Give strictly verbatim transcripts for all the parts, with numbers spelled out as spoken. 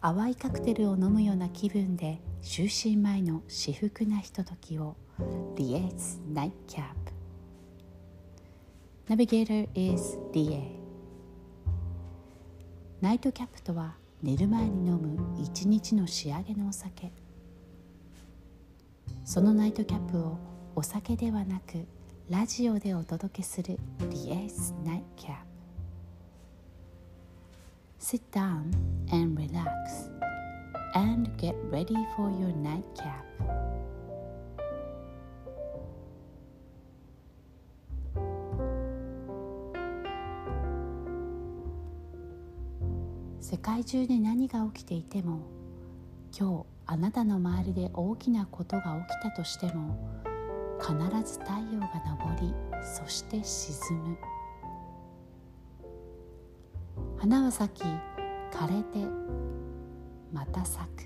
淡いカクテルを飲むような気分で就寝前の至福なひとときを Liet's Nightcap。 Navigator is Liet。 ナイトキャップとは寝る前に飲む一日の仕上げのお酒。そのナイトキャップをお酒ではなくラジオでお届けする Liet's Nightcap。 Sit down and relax and get ready for your nightcap。 世界中で何が起きていても、今日あなたの周りで大きなことが起きたとしても、必ず太陽が昇り、そして沈む。花は咲き、枯れてまた咲く。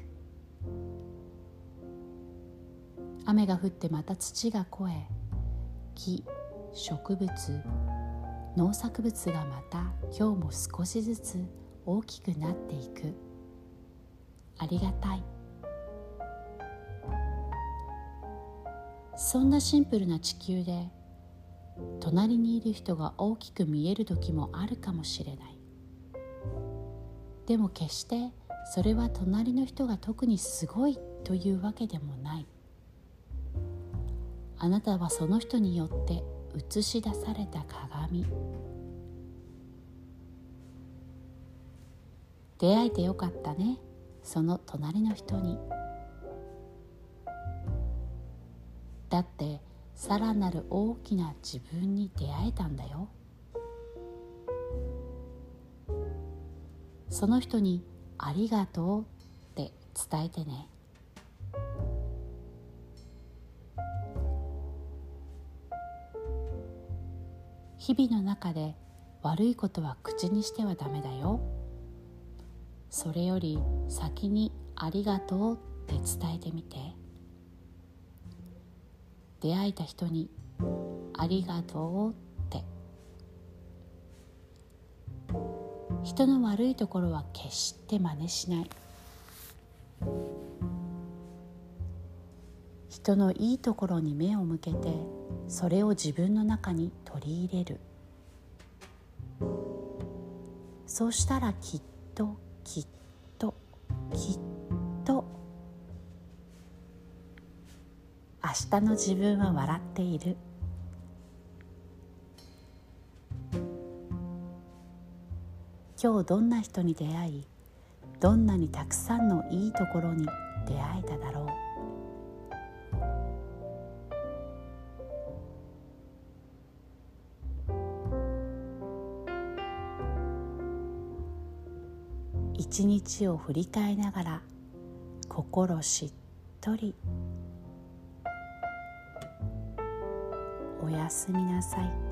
雨が降ってまた土が肥え、木、植物、農作物がまた今日も少しずつ大きくなっていく。ありがたい。そんなシンプルな地球で、隣にいる人が大きく見える時もあるかもしれない。でも決してそれは隣の人が特にすごいというわけでもない。あなたはその人によって映し出された鏡。出会えてよかったね、その隣の人に。だってさらなる大きな自分に出会えたんだよ。その人にありがとうって伝えてね。日々の中で悪いことは口にしてはダメだよ。それより先にありがとうって伝えてみて。出会えた人にありがとうって。人の悪いところは決して真似しない。人のいいところに目を向けて、それを自分の中に取り入れる。そうしたらきっときっときっと明日の自分は笑っている。今日どんな人に出会い、どんなにたくさんのいいところに出会えただろう。一日を振り返りながら、心しっとり。おやすみなさい。